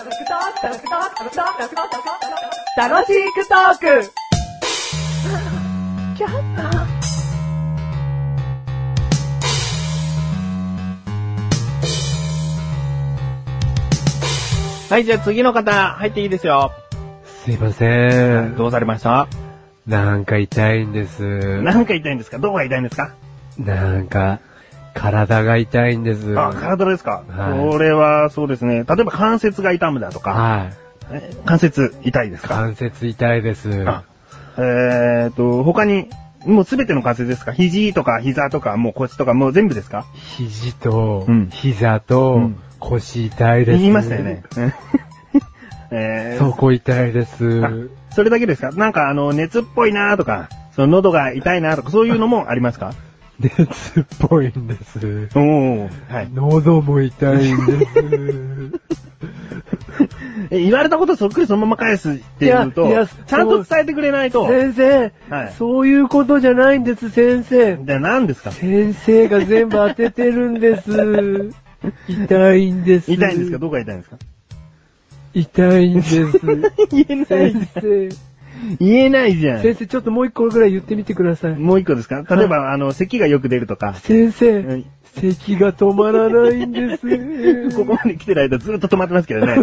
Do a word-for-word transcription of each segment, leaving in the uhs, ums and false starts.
楽しくトークはい、じゃあ次の方、入っていいですよ。 すいません。 どうされました？ なんか痛いんです。 なんか痛いんですか？どこが痛いんですか？ なんか、体が痛いんです。 あ、体ですか？ はい。 これはそうですね。例えば関節が痛むだとか。 はい。 え関節痛いですか？ 関節痛いです。 あえーと、他に、もうすべての関節ですか？肘とか膝とか、もう腰とか、もう全部ですか？ 肘と、 うん膝と、 うん腰痛いです。 言いましたよね。えー、 そこ痛いです。 それだけですか？なんかあの、熱っぽいなとか、その喉が痛いなとか、そういうのもありますか？ 熱っぽいんです。 おー、はい。 喉も痛いんです。 え言われたことそっくりそのまま返すっていうと、 いやいやちゃんと伝えてくれないと。 先生、 はい、 そういうことじゃないんです、先生。 じゃあ何ですか？ 先生が全部当ててるんです。痛いんです。 痛いんですか？どこが痛いんですか？ 痛いんです。 言えない先生。 言えないじゃん。 先生、ちょっともう一個ぐらい言ってみてください。 もう一個ですか？例えば、はい、あの、咳がよく出るとか。 先生、 うん、 咳が止まらないんです。 ここまで来てる間ずっと止まってますけどね。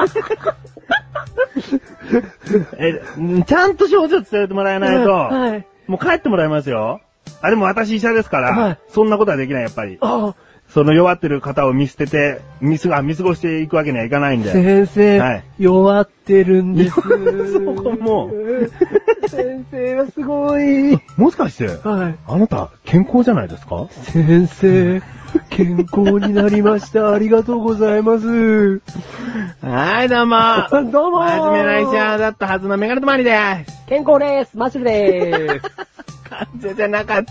え、ちゃんと症状伝えてもらえないと、はい、もう帰ってもらいますよ。あ、でも私医者ですから、はい、そんなことはできない、やっぱり。ああその弱ってる方を見捨てて、見過ご、見過ごしていくわけにはいかないんで。 先生、はい、弱ってるんです。そこも。 先生はすごい。 もしかして、はい、あなた、健康じゃないですか？ 先生、健康になりました。ありがとうございます。 はい、どうも。 どうも。 真面目な医者だったはずのメガネとマリです。 健康です。マッシュルでーす。 患者じゃなかった。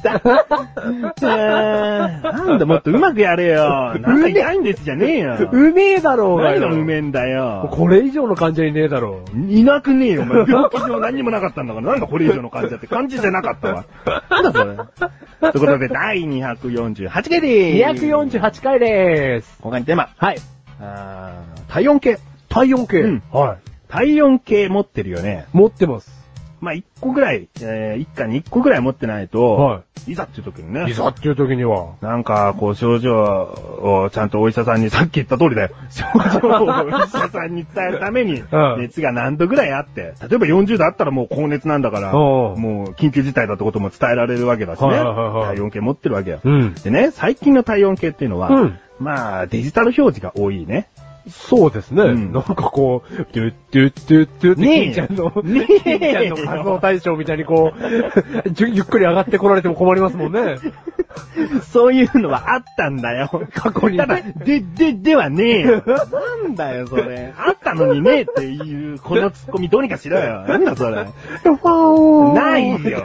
なんだもっとうまくやれよ。なんか痛いんですじゃねえよ。 うめえだろうがよ。 何がうめえんだよ。 これ以上の患者いねえだろう。いなくねえよ。お前病気上何にもなかったんだから。なんだこれ以上の患者って感じじゃなかったわ。なんだそれ。ということで、だいにひゃくよんじゅうはちかいでーす。 にひゃくよんじゅうはちかいでーす。 今回のテーマ。 はい。 あー体温計。 体温計。 うん。 はい。 体温計持ってるよね。 持ってます。 まあ、一個ぐらい、えー、一家に一個ぐらい持ってないと、はい。いざっていう時にね。 いざっていう時には。 なんか、こう、症状をちゃんとお医者さんに、さっき言った通りだよ。症状をお医者さんに伝えるために、熱が何度ぐらいあって、例えばよんじゅうどあったらもう高熱なんだから、もう緊急事態だってことも伝えられるわけだしね。はいはいはい、体温計持ってるわけよ。うん。でね、最近の体温計っていうのは、うん、まあ、デジタル表示が多いね。 そうですね。うん、なんかこう、ドゥッドゥッドゥッドゥッって金ちゃんの、ねえ、金ちゃんの活動対象みたいにこう、ゆっくり上がってこられても困りますもんね。 そういうのはあったんだよ。 過去に。 ただ、で、で、ではねえよ。なんだよ、それ。あったのにねえっていう、このツッコミどうにかしろよ。なんだそれ。ないよ。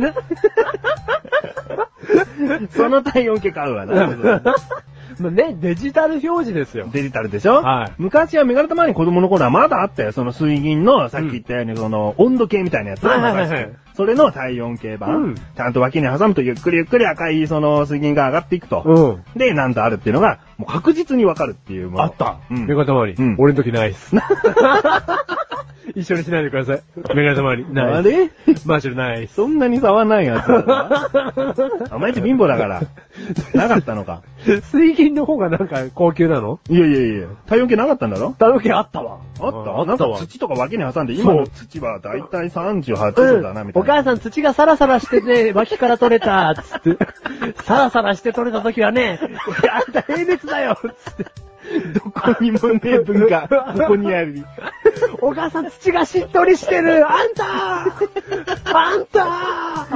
その体温計買うわな。 ね、デジタル表示ですよ。 デジタルでしょ？はい。昔はメガネたまに子供の頃はまだあったよ。その水銀の、さっき言ったように、その、温度計みたいなやつ。はいはいはい。それの体温計版。うん。ちゃんと脇に挟むとゆっくりゆっくり赤いその水銀が上がっていくと。うん。で、なんとあるっていうのが、もう確実にわかるっていうもの。 あった。うん。メガネたまに。うん。俺の時ないっす。一緒にしないでください。メガネたまに。ない。 あれマジでない。 そんなに差はないやつだな。お前んち貧乏だから。なかったのか。 水銀の方がなんか高級なの？ いやいやいや。体温計なかったんだろ？ 体温計あったわ。 あったあったわ。土とか脇に挟んで、今の土はだいたいさんじゅうはちどだな、みたいな。 お母さん土がサラサラしてね、脇から取れた、つって。サラサラして取れた時はね、あんた平熱だよ、つって。 どこにもねえ文化、ここにある。 お母さん土がしっとりしてる、あんたあんた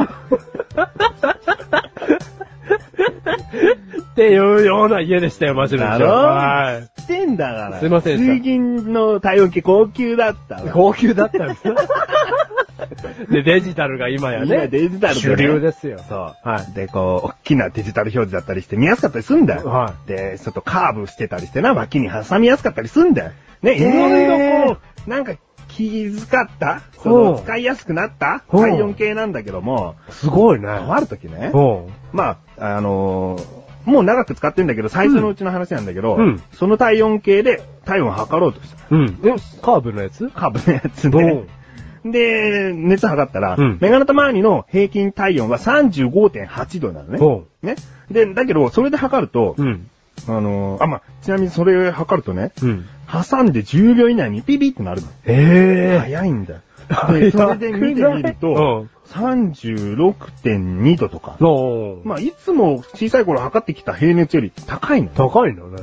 っていうような家でしたよ、マジで。 だろ？はい。知ってんだから。 すいません。 水銀の体温計高級だったわ。 高級だったんですよ。で、デジタルが今やね。 今デジタルで、ね、 主流ですよ。 そう。はい。で、こう、大きなデジタル表示だったりして見やすかったりすんだよ。はい。で、ちょっとカーブしてたりしてな、脇に挟みやすかったりすんだよ。ね、いろいろこう、なんか気遣ったその使いやすくなった体温計なんだけども。 すごいね。 変わるときね。まあ、あのー、 もう長く使ってんだけど、最初のうちの話なんだけど、 うん、 その体温計で体温を測ろうとした。 うん。え、カーブのやつ？ カーブのやつね。で、熱測ったら、うん、メガネた周りの平均体温は さんじゅうごてんはち 度なのね。ね。で、だけど、それで測ると、うん、あのー、あ、まあ、ちなみにそれ測るとね、うん、挟んでじゅうびょう以内にピピってなるの。 へー。 早いんだよ。で、それで見てみると、さんじゅうろくてんに 度とか。まあ、いつも小さい頃測ってきた平熱より高いの。 高いのね。 うん。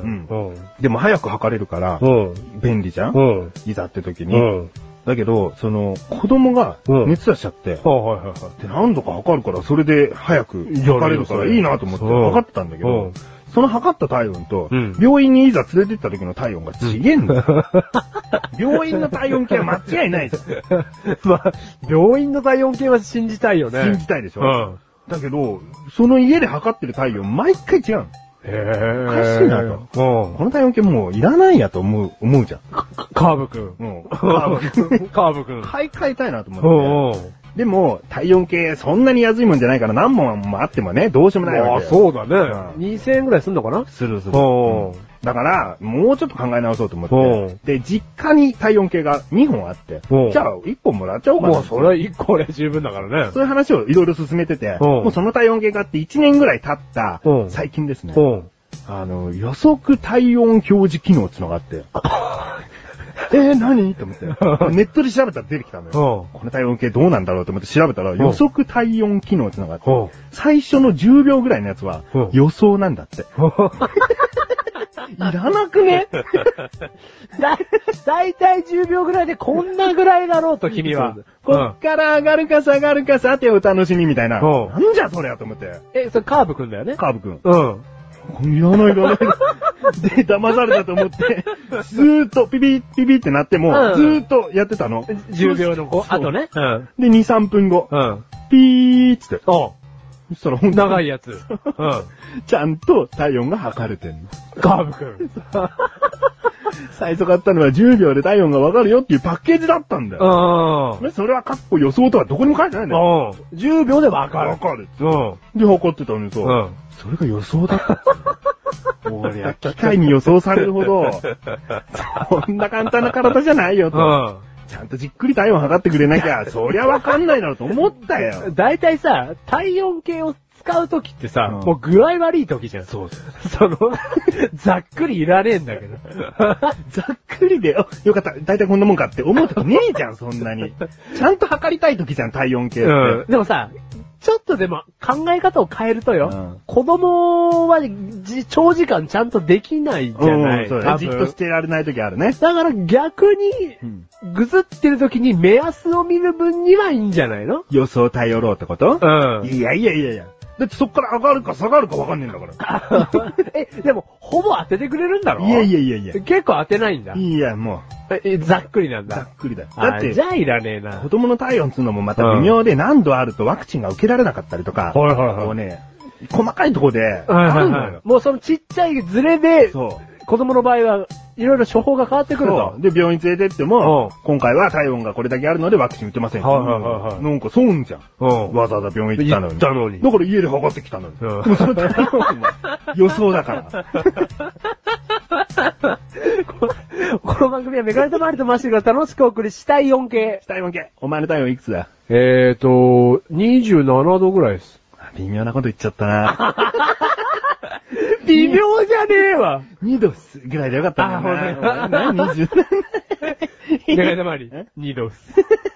でも早く測れるから、便利じゃんいざって時に。だけど、その、子供が熱出しちゃって、で、何度か測るから、それで早く測れるからいいなと思って測ってたんだけど、その測った体温と、病院にいざ連れてった時の体温が違えんだよ。病院の体温計は間違いないじゃん。 まあ、病院の体温計は信じたいよね。 信じたいでしょ。うん、だけど、その家で測ってる体温、毎回違うの。 へぇおかしいなと。この体温計もういらないやと思う、思うじゃん。 カーブくん。 うん。カーブくん。 カーブくん。 買い替えたいなと思って。でも、体温計そんなに安いもんじゃないから何本もあってもね、どうしようもないわけ。 あ、そうだね。うん、にせんえんぐらいすんのかな？ するする。うん、だから、もうちょっと考え直そうと思って。で、実家に体温計がにほんあって、じゃあいっぽんもらっちゃおうかな。 もうそれはいっこで十分だからね。 そういう話をいろいろ進めてて、もうその体温計があっていちねんぐらい経った最近ですね。あの、予測体温表示機能ってのがあって。えー、何と思って。ネットで調べたら出てきたのよ。この体温計どうなんだろうと思って調べたら、予測体温機能ってのがあって、最初のじゅうびょうぐらいのやつは予想なんだって。いらなくねだ、だいたいじゅうびょうぐらいでこんなぐらいだろうと、君は。 こっから上がるか下がるかさてお楽しみみたいな。なんじゃそれやと思って。 え、それカーブくんだよね？ カーブくん。うん。いらないいらない。で、騙されたと思って、ずーっとピピピピってなっても、ずーっとやってたの。 じゅうびょうの後、あとね。 で、に、さんぷんご。ピーっつって。そしたらほんと長いやつ。 ちゃんと体温が測れてんの。 カーブくん。 最初買ったのはじゅうびょうで体温がわかるよっていうパッケージだったんだよ。それはかっこ予想とはどこにも書いてないんだよ。 じゅうびょうでわかる。 わかる。で、測ってたのにさ、それが予想だった。俺は機械に予想されるほど、そんな簡単な体じゃないよと。ちゃんとじっくり体温測ってくれなきゃ、そりゃわかんないだろうと思ったよ。 だいたいさ、体温計を使うときってさ、うん、もう具合悪いときじゃん。 そうそう。 その、ざっくりいらねえんだけど。 ざっくりで、よかった、だいたいこんなもんかって思うときねえじゃん、そんなに。ちゃんと測りたいときじゃん、体温計って、うん。 でもさ、ちょっとでも考え方を変えるとよ、うん、子供は長時間ちゃんとできないじゃない、うん、 そうだね、じっとしてられない時あるね。 だから逆に、ぐずってる時に目安を見る分にはいいんじゃないの？ 予想頼ろうってこと？ うん。 いやいやいやいや。だってそっから上がるか下がるかわかんねえんだから。え、でも、ほぼ当ててくれるんだろ？ いやいやいやいや。 結構当てないんだ。 いや、もう。え、ざっくりなんだ。 ざっくりだよ。 だって、じゃあいらねえな。 子供の体温つうのもまた微妙で何度あるとワクチンが受けられなかったりとか。 はいはいはい。 こうね、細かいところで、 はいはいはい。もうそのちっちゃいズレで、そう。子供の場合はいろいろ処方が変わってくると。 で、病院連れてっても、今回は体温がこれだけあるのでワクチン打てません。 はいはいはいはい。 なんか損じゃん。わざわざ病院行ったのに。 行ったのに。 だから家で測ってきたのに。でもそれ体温は予想だから。 この番組はメガネとマリとマッシュが楽しくお送りしたい温計。 したい温計。お前の体温いくつだ？ えーと、にじゅうななどぐらいです。 微妙なこと言っちゃったな。 微妙じゃねえわ。 にどぐらいでよかったんだよな。 あ、ほんとに。 にじゅうなな。 メガネとマリにどっす。